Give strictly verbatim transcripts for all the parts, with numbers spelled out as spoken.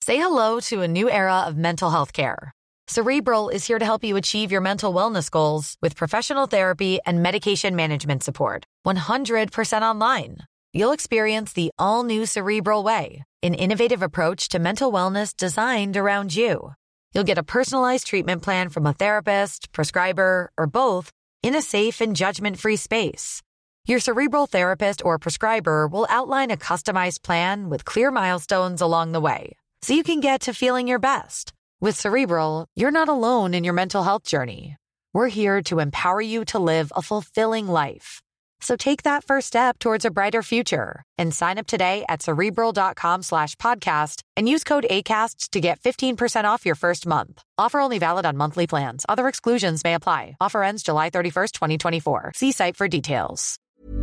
Say hello to a new era of mental health care. Cerebral is here to help you achieve your mental wellness goals with professional therapy and medication management support. one hundred percent online. You'll experience the all-new Cerebral Way, an innovative approach to mental wellness designed around you. You'll get a personalized treatment plan from a therapist, prescriber, or both in a safe and judgment-free space. Your Cerebral therapist or prescriber will outline a customized plan with clear milestones along the way, so you can get to feeling your best. With Cerebral, you're not alone in your mental health journey. We're here to empower you to live a fulfilling life. So take that first step towards a brighter future and sign up today at Cerebral.com slash podcast and use code ACAST to get fifteen percent off your first month. Offer only valid on monthly plans. Other exclusions may apply. Offer ends July thirty-first, twenty twenty-four. See site for details.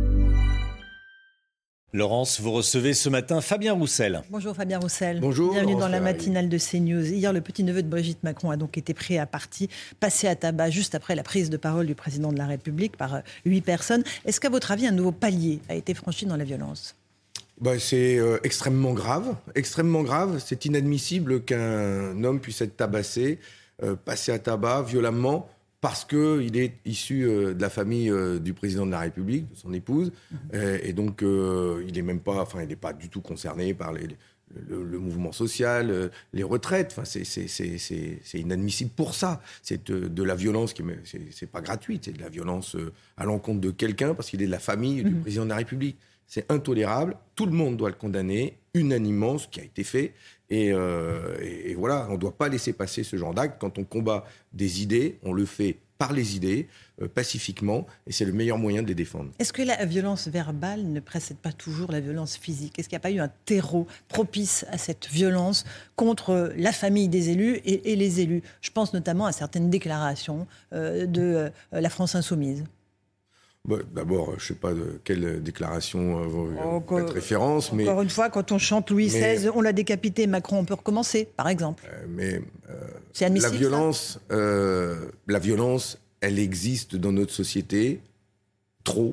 Laurence, vous recevez ce matin Fabien Roussel. Bonjour Fabien Roussel. Bonjour. Bienvenue Laurence dans la Ferrari. matinale de CNews. Hier, le petit-neveu de Brigitte Macron a donc été pris à partie, passé à tabac juste après la prise de parole du président de la République par huit personnes. Est-ce qu'à votre avis, un nouveau palier a été franchi dans la violence ? Bah, c'est euh, extrêmement grave, extrêmement grave. C'est inadmissible qu'un homme puisse être tabassé, euh, passé à tabac violemment, parce qu'il est issu euh, de la famille euh, du président de la République, de son épouse, mmh. euh, et donc euh, il n'est même pas, enfin, il n'est pas du tout concerné par les, le, le mouvement social, euh, les retraites. Enfin, c'est, c'est, c'est, c'est, c'est inadmissible pour ça. C'est de, de la violence qui, c'est, c'est pas gratuite, c'est de la violence euh, à l'encontre de quelqu'un parce qu'il est de la famille mmh. du président de la République. C'est intolérable. Tout le monde doit le condamner unanimement, ce qui a été fait. Et, euh, et, et voilà, on ne doit pas laisser passer ce genre d'acte. Quand on combat des idées, on le fait par les idées, euh, pacifiquement, et c'est le meilleur moyen de les défendre. Est-ce que la violence verbale ne précède pas toujours la violence physique ? Est-ce qu'il n'y a pas eu un terreau propice à cette violence contre la famille des élus et, et les élus ? Je pense notamment à certaines déclarations euh, de euh, la France Insoumise. Bah, d'abord, je ne sais pas de quelle déclaration vous oh, faites référence. Encore mais Encore une fois, quand on chante Louis mais, seize, on l'a décapité, Macron, on peut recommencer, par exemple. Euh, mais euh, c'est admissible, la violence, euh, la violence, elle existe dans notre société, trop,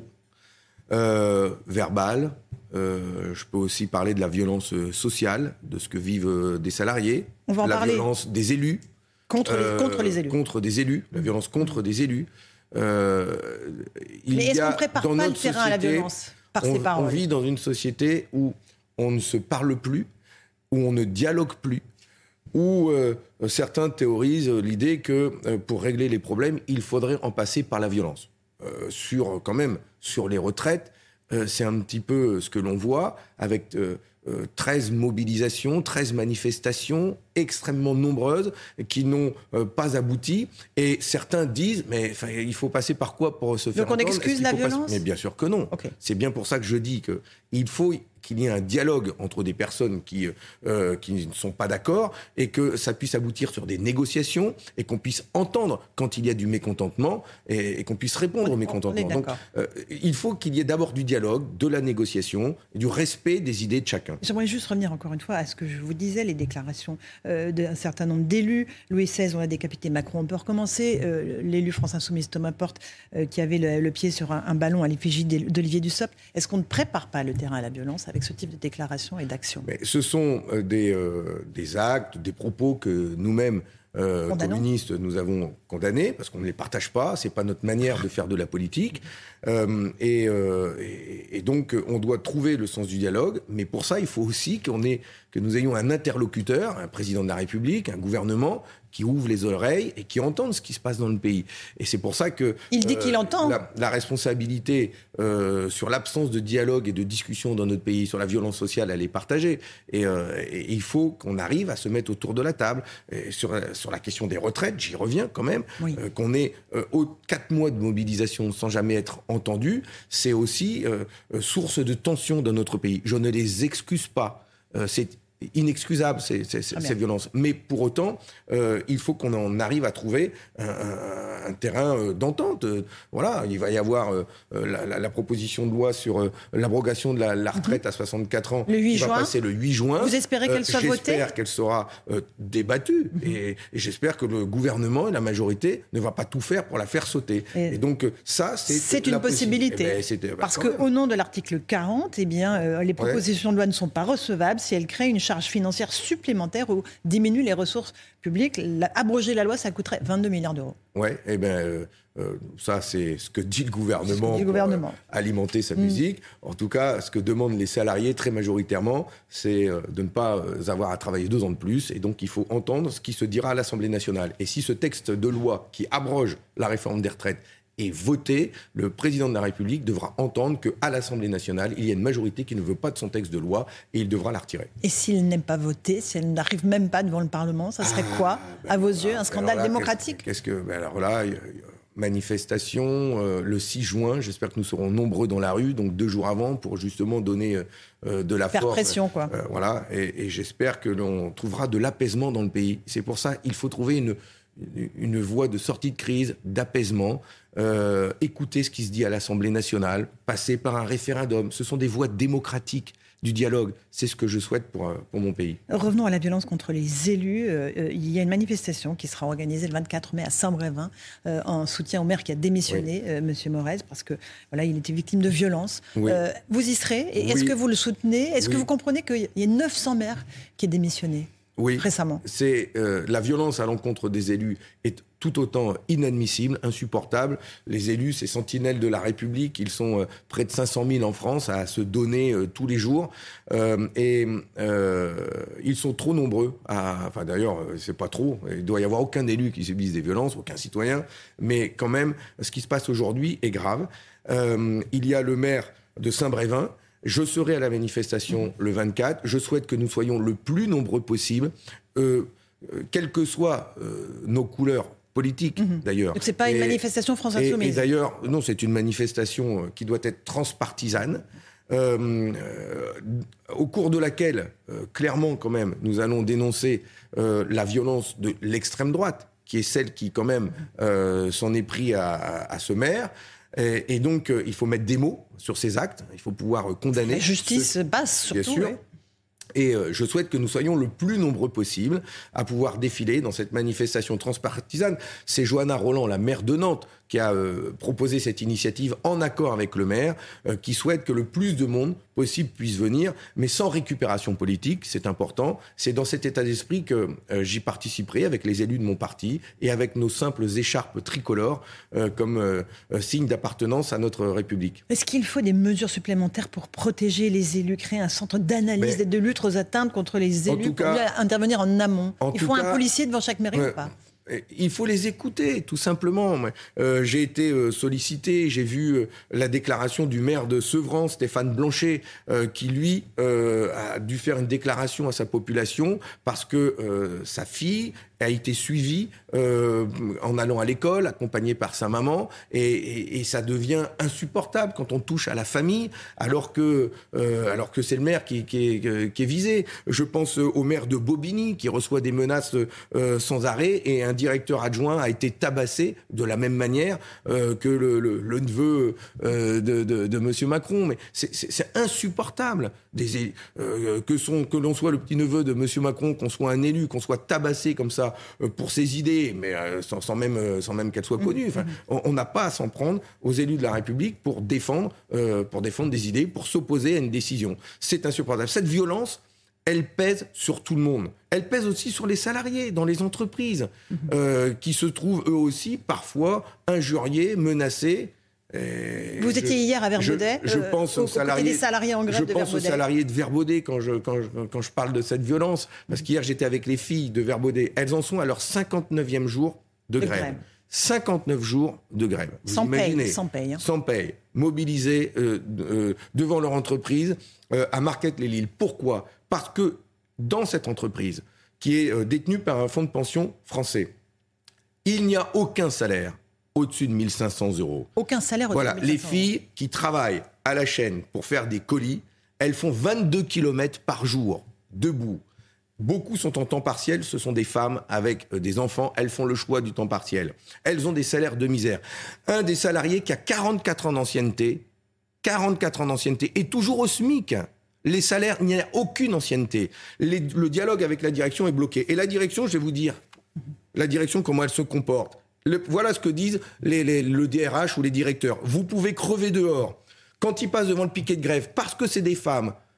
euh, verbale. Euh, je peux aussi parler de la violence sociale, de ce que vivent euh, des salariés. On va en la parler. violence des élus. Contre les, euh, contre les élus. Contre des élus, la violence contre des élus. Euh, il Mais est-ce y a, qu'on ne prépare dans pas le notre terrain à la société, violence par on, ces paroles ? On vit dans une société où on ne se parle plus, où on ne dialogue plus, où euh, certains théorisent l'idée que euh, pour régler les problèmes, il faudrait en passer par la violence. Euh, sur, quand même, sur les retraites, euh, c'est un petit peu ce que l'on voit avec euh, euh, treize mobilisations, treize manifestations extrêmement nombreuses qui n'ont euh, pas abouti. Et certains disent, mais il faut passer par quoi pour se faire Donc on entendre ? excuse la violence ? passer... Mais bien sûr que non. Okay. C'est bien pour ça que je dis qu'il faut qu'il y ait un dialogue entre des personnes qui, euh, qui ne sont pas d'accord et que ça puisse aboutir sur des négociations et qu'on puisse entendre quand il y a du mécontentement et, et qu'on puisse répondre on, au mécontentement. Donc euh, il faut qu'il y ait d'abord du dialogue, de la négociation, du respect des idées de chacun. J'aimerais juste revenir encore une fois à ce que je vous disais, les déclarations euh, d'un certain nombre d'élus. Louis seize, on l'a décapité, Macron, on peut recommencer. Euh, l'élu France Insoumise Thomas Porte, euh, qui avait le, le pied sur un, un ballon à l'effigie d'Olivier Dussopt. Est-ce qu'on ne prépare pas le terrain à la violence avec ce type de déclaration et d'action ? Mais ce sont euh, des, euh, des actes, des propos que nous-mêmes, euh, communistes, nous avons condamnés, parce qu'on ne les partage pas, c'est pas notre manière de faire de la politique. Euh, et, euh, et, et donc, on doit trouver le sens du dialogue, mais pour ça, il faut aussi qu'on ait, que nous ayons un interlocuteur, un président de la République, un gouvernement, qui ouvre les oreilles et qui entendent ce qui se passe dans le pays. Et c'est pour ça que... Il dit euh, qu'il entend. La, la responsabilité euh, sur l'absence de dialogue et de discussion dans notre pays, sur la violence sociale, elle est partagée. Et, euh, et il faut qu'on arrive à se mettre autour de la table. Et sur, sur la question des retraites, j'y reviens quand même, oui. euh, qu'on ait euh, quatre mois de mobilisation sans jamais être entendu, c'est aussi euh, source de tension dans notre pays. Je ne les excuse pas. Euh, c'est inexcusable, ces, ces, ces, ces violences. Mais pour autant, euh, il faut qu'on en arrive à trouver un, un, un terrain euh, d'entente. Euh, voilà, il va y avoir euh, la, la, la proposition de loi sur euh, l'abrogation de la, la retraite mm-hmm. à soixante-quatre ans. Le huit qui va juin. passer le huit juin. Vous espérez qu'elle euh, soit votée ? J'espère qu'elle sera euh, débattue. Mm-hmm. Et, et j'espère que le gouvernement et la majorité ne vont pas tout faire pour la faire sauter. Et, et donc, ça, c'est... C'est une possibilité. Eh ben, c'est, Parce bah, qu'au nom de l'article quarante, eh bien, euh, les propositions ouais. de loi ne sont pas recevables si elles créent une charge financière supplémentaire ou diminue les ressources publiques. La, abroger la loi, ça coûterait vingt-deux milliards d'euros. Oui, eh bien, euh, euh, ça, c'est ce que dit le gouvernement, dit le gouvernement. pour euh, alimenter sa musique. Mmh. En tout cas, ce que demandent les salariés, très majoritairement, c'est euh, de ne pas euh, avoir à travailler deux ans de plus. Et donc, il faut entendre ce qui se dira à l'Assemblée nationale. Et si ce texte de loi qui abroge la réforme des retraites est voté, le président de la République devra entendre qu'à l'Assemblée nationale, il y a une majorité qui ne veut pas de son texte de loi et il devra la retirer. Et s'il n'est pas voté, si elle n'arrive même pas devant le Parlement, ça serait ah, quoi, ben à vos là, yeux, un scandale là, démocratique ? Qu'est-ce, qu'est-ce que... Ben alors là... Y a, y a, manifestation euh, le six juin, j'espère que nous serons nombreux dans la rue, donc deux jours avant, pour justement donner euh, de la Faire force. pression, quoi. Euh, voilà, et, et j'espère que l'on trouvera de l'apaisement dans le pays. C'est pour ça qu'il faut trouver une, une voie de sortie de crise, d'apaisement, euh, écouter ce qui se dit à l'Assemblée nationale, passer par un référendum. Ce sont des voies démocratiques du dialogue. C'est ce que je souhaite pour, pour mon pays. Revenons à la violence contre les élus. Euh, il y a une manifestation qui sera organisée le vingt-quatre mai à Saint-Brévin euh, en soutien au maire qui a démissionné, oui. euh, M. Morez, parce que voilà, il était victime de violence. Oui. Euh, vous y serez et oui. Est-ce que vous le soutenez ? Est-ce oui. que vous comprenez qu'il y a neuf cents maires qui aient démissionné oui. récemment ? C'est, euh, la violence à l'encontre des élus est tout autant inadmissible, insupportable. Les élus, ces sentinelles de la République, ils sont euh, près de cinq cent mille en France à se donner euh, tous les jours. Euh, et euh, ils sont trop nombreux. À, enfin d'ailleurs, c'est pas trop. Il ne doit y avoir aucun élu qui subisse des violences, aucun citoyen. Mais quand même, ce qui se passe aujourd'hui est grave. Euh, il y a le maire de Saint-Brévin. Je serai à la manifestation le vingt-quatre. Je souhaite que nous soyons le plus nombreux possible, euh, euh, quelles que soient euh, nos couleurs politiques, mmh. d'ailleurs. Donc c'est pas et, une manifestation France Insoumise. Et, et d'ailleurs, non, c'est une manifestation qui doit être transpartisane, euh, euh, au cours de laquelle, euh, clairement, quand même, nous allons dénoncer euh, la violence de l'extrême droite, qui est celle qui, quand même, euh, s'en est pris à, à, à ce maire. Et, et donc, euh, il faut mettre des mots sur ces actes. Il faut pouvoir euh, condamner. La justice ceux, passe, surtout. Bien sûr. Oui. Et euh, je souhaite que nous soyons le plus nombreux possible à pouvoir défiler dans cette manifestation transpartisane. C'est Johanna Roland, la maire de Nantes, qui a euh, proposé cette initiative en accord avec le maire, euh, qui souhaite que le plus de monde possible puisse venir, mais sans récupération politique, c'est important. C'est dans cet état d'esprit que euh, j'y participerai avec les élus de mon parti et avec nos simples écharpes tricolores euh, comme euh, euh, signe d'appartenance à notre République. Est-ce qu'il faut des mesures supplémentaires pour protéger les élus, créer un centre d'analyse mais, et de lutte aux atteintes contre les élus, pour cas, intervenir en amont ? En Il faut un cas, policier devant chaque mairie euh, ou pas ? Il faut les écouter, tout simplement. Euh, j'ai été euh, sollicité, j'ai vu euh, la déclaration du maire de Sevran, Stéphane Blanchet, euh, qui, lui, euh, a dû faire une déclaration à sa population parce que euh, sa fille a été suivie euh, en allant à l'école, accompagnée par sa maman, et, et, et ça devient insupportable quand on touche à la famille, alors que, euh, alors que c'est le maire qui, qui, est, qui est visé. Je pense au maire de Bobigny, qui reçoit des menaces euh, sans arrêt, et un directeur adjoint a été tabassé de la même manière euh, que le, le, le neveu euh, de, de, de M. Macron. Mais c'est, c'est, c'est insupportable. Des, euh, que, son, que l'on soit le petit-neveu de M. Macron, qu'on soit un élu, qu'on soit tabassé comme ça euh, pour ses idées, mais euh, sans, sans, même, euh, sans même qu'elles soient connues. Enfin, on n'a pas à s'en prendre aux élus de la République pour défendre, euh, pour défendre des idées, pour s'opposer à une décision. C'est insupportable. Cette violence, elle pèse sur tout le monde. Elle pèse aussi sur les salariés, dans les entreprises, mmh. euh, qui se trouvent eux aussi parfois injuriés, menacés. Et Vous je, étiez hier à Verbaudet, je, je euh, pense aux, aux salariés, des salariés en grève je de pense aux salariés de Verbaudet quand je, quand, je, quand je parle de cette violence, parce qu'hier j'étais avec les filles de Verbaudet. Elles en sont à leur cinquante-neuvième jour de, de grève. grève. cinquante-neuf jours de grève. Vous sans imaginez, paye, sans paye. Hein. Sans paye, mobilisés euh, euh, devant leur entreprise euh, à Marquette-les-Lilles. Pourquoi ? Parce que dans cette entreprise, qui est euh, détenue par un fonds de pension français, il n'y a aucun salaire au-dessus de mille cinq cents euros. Aucun salaire au-dessus voilà, de mille cinq cents euros. Les filles qui travaillent à la chaîne pour faire des colis, elles font vingt-deux kilomètres par jour, debout. Beaucoup sont en temps partiel, ce sont des femmes avec des enfants, elles font le choix du temps partiel. Elles ont des salaires de misère. Un des salariés qui a quarante-quatre ans d'ancienneté, quarante-quatre ans d'ancienneté, est toujours au SMIC. Les salaires, il n'y a aucune ancienneté. Les, le dialogue avec la direction est bloqué. Et la direction, je vais vous dire, la direction, comment elle se comporte. Le, voilà ce que disent les, les, le D R H ou les directeurs. Vous pouvez crever dehors. Quand ils passent devant le piquet de grève, parce que c'est des femmes,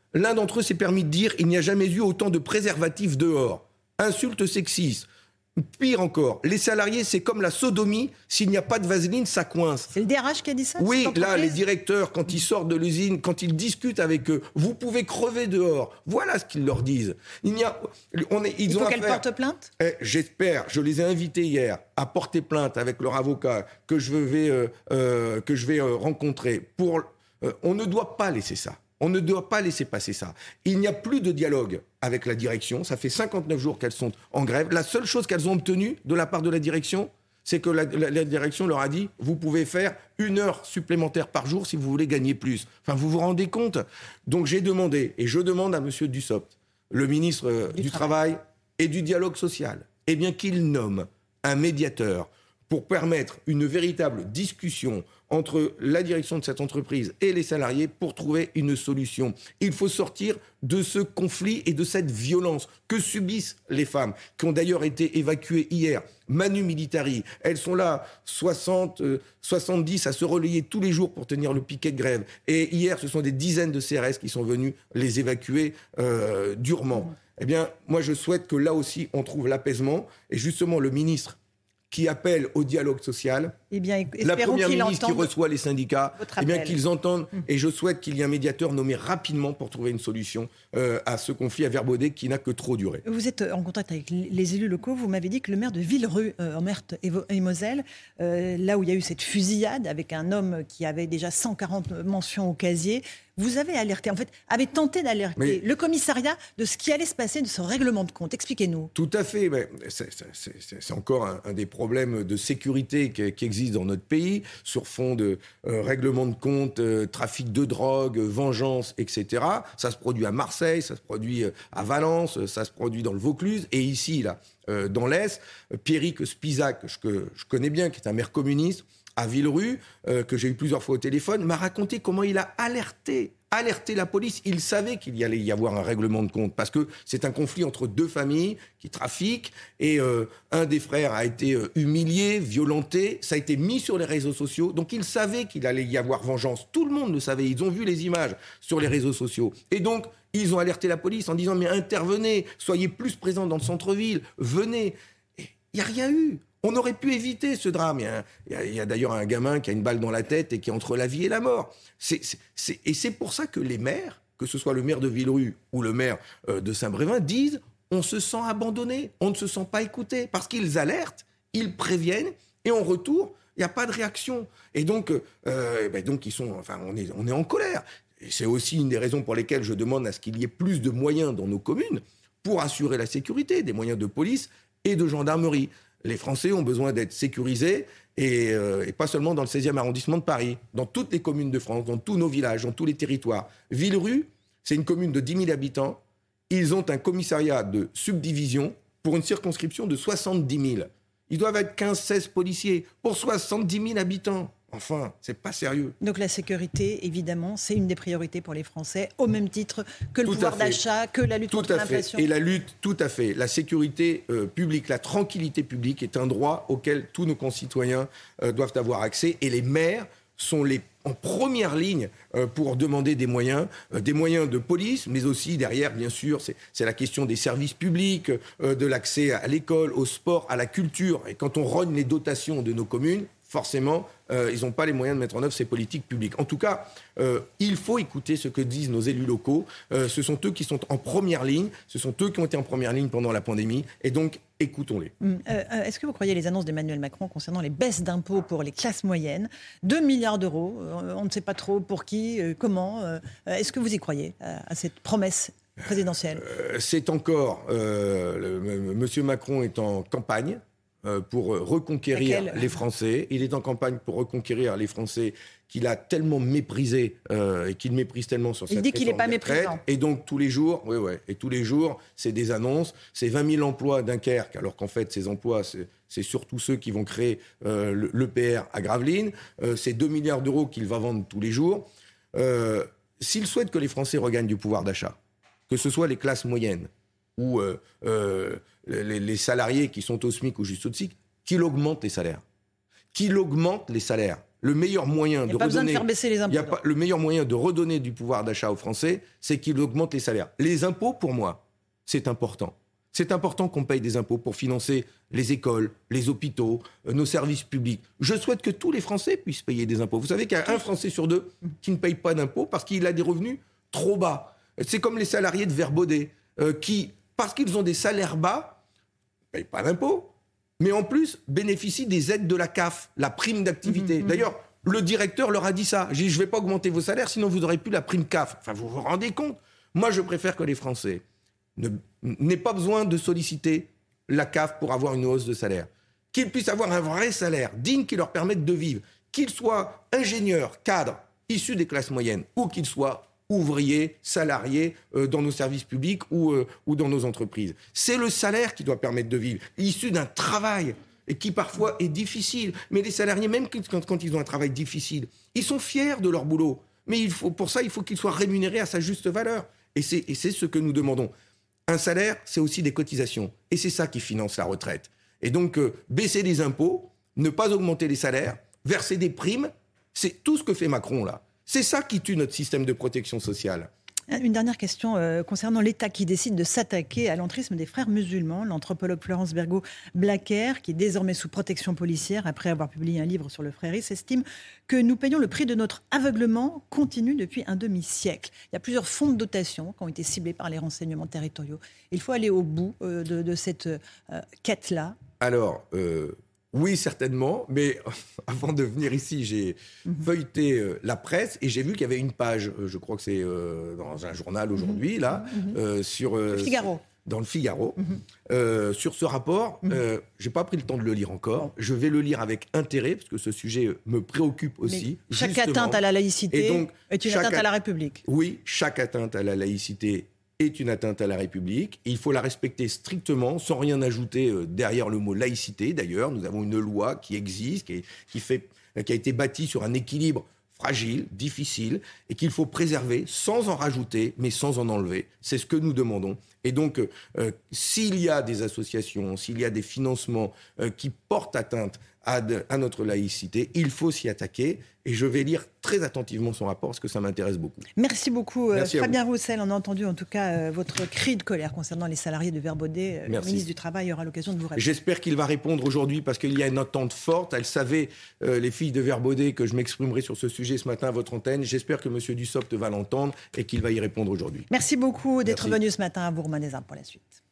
L'un d'entre eux s'est permis de dire « Il n'y a jamais eu autant de préservatifs dehors ». Insulte sexiste. Pire encore, les salariés, c'est comme la sodomie, s'il n'y a pas de vaseline, ça coince. C'est le D R H qui a dit ça? Oui, là, les directeurs, quand ils sortent de l'usine, quand ils discutent avec eux, vous pouvez crever dehors. Voilà ce qu'ils leur disent. Il n'y a, on est, ils Il faut ont qu'elles affaire, portent plainte? eh, J'espère, je les ai invités hier à porter plainte avec leur avocat que je vais, euh, euh, que je vais euh, rencontrer. Pour, euh, on ne doit pas laisser ça. On ne doit pas laisser passer ça. Il n'y a plus de dialogue avec la direction. Ça fait cinquante-neuf jours qu'elles sont en grève. La seule chose qu'elles ont obtenue de la part de la direction, c'est que la, la, la direction leur a dit « Vous pouvez faire une heure supplémentaire par jour si vous voulez gagner plus ». Enfin, vous vous rendez compte? Donc j'ai demandé, et je demande à M. Dussopt, le ministre euh, du, du travail. travail et du dialogue social, eh bien qu'il nomme un médiateur pour permettre une véritable discussion entre la direction de cette entreprise et les salariés pour trouver une solution. Il faut sortir de ce conflit et de cette violence que subissent les femmes, qui ont d'ailleurs été évacuées hier, manu militari. Elles sont là, soixante, soixante-dix à se relayer tous les jours pour tenir le piquet de grève. Et hier, ce sont des dizaines de C R S qui sont venus les évacuer euh, durement. Eh bien, moi, je souhaite que là aussi, on trouve l'apaisement. Et justement, le ministre qui appelle au dialogue social, eh bien, la première ministre qui reçoit les syndicats, eh bien, qu'ils entendent, mmh. et je souhaite qu'il y ait un médiateur nommé rapidement pour trouver une solution euh, à ce conflit à Verbaudet qui n'a que trop duré. Vous êtes en contact avec les élus locaux, vous m'avez dit que le maire de Villerue, euh, en Meurthe et Moselle, euh, là où il y a eu cette fusillade avec un homme qui avait déjà cent quarante mentions au casier, vous avez alerté, en fait, avez tenté d'alerter mais, le commissariat de ce qui allait se passer de ce règlement de compte. Expliquez-nous. Tout à fait. Mais c'est, c'est, c'est, c'est encore un, un des problèmes de sécurité qui, qui existent dans notre pays, sur fond de euh, règlement de compte, euh, trafic de drogue, vengeance, et cetera. Ça se produit à Marseille, ça se produit à Valence, ça se produit dans le Vaucluse. Et ici, là, euh, dans l'Est, Pierrick Spisac, que je, que je connais bien, qui est un maire communiste, à Villerue, euh, que j'ai eu plusieurs fois au téléphone, m'a raconté comment il a alerté, alerté la police. Il savait qu'il y allait y avoir un règlement de compte, parce que c'est un conflit entre deux familles qui trafiquent, et euh, un des frères a été euh, humilié, violenté, ça a été mis sur les réseaux sociaux, donc il savait qu'il allait y avoir vengeance. Tout le monde le savait, ils ont vu les images sur les réseaux sociaux. Et donc, ils ont alerté la police en disant « mais intervenez, soyez plus présents dans le centre-ville, venez ». Il n'y a rien eu. On aurait pu éviter ce drame. Il y a, il y a, il y a d'ailleurs un gamin qui a une balle dans la tête et qui est entre la vie et la mort. C'est, c'est, c'est, et c'est pour ça que les maires, que ce soit le maire de Villerue ou le maire euh, de Saint-Brévin, disent on se sent abandonné, on ne se sent pas écouté. Parce qu'ils alertent, ils préviennent, et en retour, il n'y a pas de réaction. Et donc, euh, ben donc ils sont, enfin, on est, on est en colère. Et c'est aussi une des raisons pour lesquelles je demande à ce qu'il y ait plus de moyens dans nos communes pour assurer la sécurité, des moyens de police et de gendarmerie. Les Français ont besoin d'être sécurisés, et, euh, et pas seulement dans le seizième arrondissement de Paris, dans toutes les communes de France, dans tous nos villages, dans tous les territoires. Villerue, c'est une commune de dix mille habitants. Ils ont un commissariat de subdivision pour une circonscription de soixante-dix mille. Ils doivent être quinze seize policiers pour soixante-dix mille habitants. Enfin, c'est pas sérieux. Donc la sécurité, évidemment, c'est une des priorités pour les Français, au même titre que le tout pouvoir d'achat, que la lutte tout contre l'inflation. Et la lutte, tout à fait. La sécurité euh, publique, la tranquillité publique est un droit auquel tous nos concitoyens euh, doivent avoir accès. Et les maires sont les, en première ligne euh, pour demander des moyens, euh, des moyens de police, mais aussi derrière, bien sûr, c'est, c'est la question des services publics, euh, de l'accès à l'école, au sport, à la culture. Et quand on rogne les dotations de nos communes, forcément, euh, ils n'ont pas les moyens de mettre en œuvre ces politiques publiques. En tout cas, euh, il faut écouter ce que disent nos élus locaux. Euh, ce sont eux qui sont en première ligne. Ce sont eux qui ont été en première ligne pendant la pandémie. Et donc, écoutons-les. Mmh. Euh, est-ce que vous croyez les annonces d'Emmanuel Macron concernant les baisses d'impôts pour les classes moyennes? deux milliards d'euros, euh, on ne sait pas trop pour qui, euh, comment. Euh, est-ce que vous y croyez à, à cette promesse présidentielle? euh, C'est encore... Euh, le, M. Macron est en campagne pour reconquérir Laquelle les Français. Il est en campagne pour reconquérir les Français qu'il a tellement méprisé euh, et qu'il méprise tellement sur cette réforme. Il dit qu'il n'est pas méprisant. Et donc tous les jours, oui, ouais, et tous les jours, c'est des annonces, c'est vingt mille emplois Dunkerque, alors qu'en fait ces emplois, c'est, c'est surtout ceux qui vont créer euh, le, l'E P R à Gravelines. Euh, c'est deux milliards d'euros qu'il va vendre tous les jours. Euh, s'il souhaite que les Français regagnent du pouvoir d'achat, que ce soit les classes moyennes ou euh, euh, les, les salariés qui sont au SMIC ou juste au SMIC, qu'il augmente les salaires. Qu'il augmente les salaires. le meilleur moyen de redonner... pas besoin de faire baisser les impôts. Il y a pas, le meilleur moyen de redonner du pouvoir d'achat aux Français, c'est qu'il augmente les salaires. Les impôts, pour moi, c'est important. C'est important qu'on paye des impôts pour financer les écoles, les hôpitaux, euh, nos services publics. Je souhaite que tous les Français puissent payer des impôts. Vous savez qu'il y a un Français sur deux qui ne paye pas d'impôts parce qu'il a des revenus trop bas. C'est comme les salariés de Verbaudet euh, qui, parce qu'ils ont des salaires bas, ne payent pas d'impôts, mais en plus bénéficient des aides de la C A F, la prime d'activité. Mmh, D'ailleurs, le directeur leur a dit ça. J'ai dit, je ne vais pas augmenter vos salaires, sinon vous n'aurez plus la prime C A F. Enfin, vous vous rendez compte ? Moi, je préfère que les Français ne, n'aient pas besoin de solliciter la C A F pour avoir une hausse de salaire. Qu'ils puissent avoir un vrai salaire, digne, qui leur permette de vivre. Qu'ils soient ingénieurs, cadres, issus des classes moyennes, ou qu'ils soient ouvriers, salariés euh, dans nos services publics ou, euh, ou dans nos entreprises. C'est le salaire qui doit permettre de vivre, issu d'un travail et qui parfois est difficile. Mais les salariés, même quand, quand ils ont un travail difficile, ils sont fiers de leur boulot. Mais il faut, pour ça, il faut qu'ils soient rémunérés à sa juste valeur. Et c'est, et c'est ce que nous demandons. Un salaire, c'est aussi des cotisations. Et c'est ça qui finance la retraite. Et donc, euh, baisser les impôts, ne pas augmenter les salaires, verser des primes, c'est tout ce que fait Macron, là. C'est ça qui tue notre système de protection sociale. Une dernière question euh, concernant l'État qui décide de s'attaquer à l'entrisme des frères musulmans. L'anthropologue Florence Bergot-Blacker, qui est désormais sous protection policière après avoir publié un livre sur le frérisme, estime que nous payons le prix de notre aveuglement continu depuis un demi-siècle. Il y a plusieurs fonds de dotation qui ont été ciblés par les renseignements territoriaux. Il faut aller au bout euh, de, de cette euh, quête-là. Alors... Euh... Oui, certainement, mais avant de venir ici, j'ai mmh. feuilleté euh, la presse et j'ai vu qu'il y avait une page, euh, je crois que c'est euh, dans un journal aujourd'hui, mmh. là, mmh. Euh, sur... Euh, le Figaro. Dans le Figaro, mmh. euh, sur ce rapport. Mmh. Euh, je n'ai pas pris le temps de le lire encore. Je vais le lire avec intérêt, parce que ce sujet me préoccupe aussi. Mais chaque justement. atteinte à la laïcité et donc, est une atteinte a... à la République. Oui, chaque atteinte à la laïcité est une atteinte à la République. Il faut la respecter strictement, sans rien ajouter derrière le mot laïcité. D'ailleurs, nous avons une loi qui existe, qui, est, qui, fait, qui a été bâtie sur un équilibre fragile, difficile, et qu'il faut préserver sans en rajouter, mais sans en enlever. C'est ce que nous demandons. Et donc, euh, s'il y a des associations, s'il y a des financements euh, qui portent atteinte à, de, à notre laïcité, il faut s'y attaquer. Et je vais lire très attentivement son rapport, parce que ça m'intéresse beaucoup. Merci beaucoup, Merci Fabien Roussel. On a entendu en tout cas euh, votre cri de colère concernant les salariés de Verbaudet. Le ministre du Travail aura l'occasion de vous répondre. J'espère qu'il va répondre aujourd'hui, parce qu'il y a une attente forte. Elle savait, euh, les filles de Verbaudet, que je m'exprimerai sur ce sujet ce matin à votre antenne. J'espère que M. Dussopt va l'entendre et qu'il va y répondre aujourd'hui. Merci beaucoup d'être Merci. venu ce matin à Bourg-Manézin pour la suite.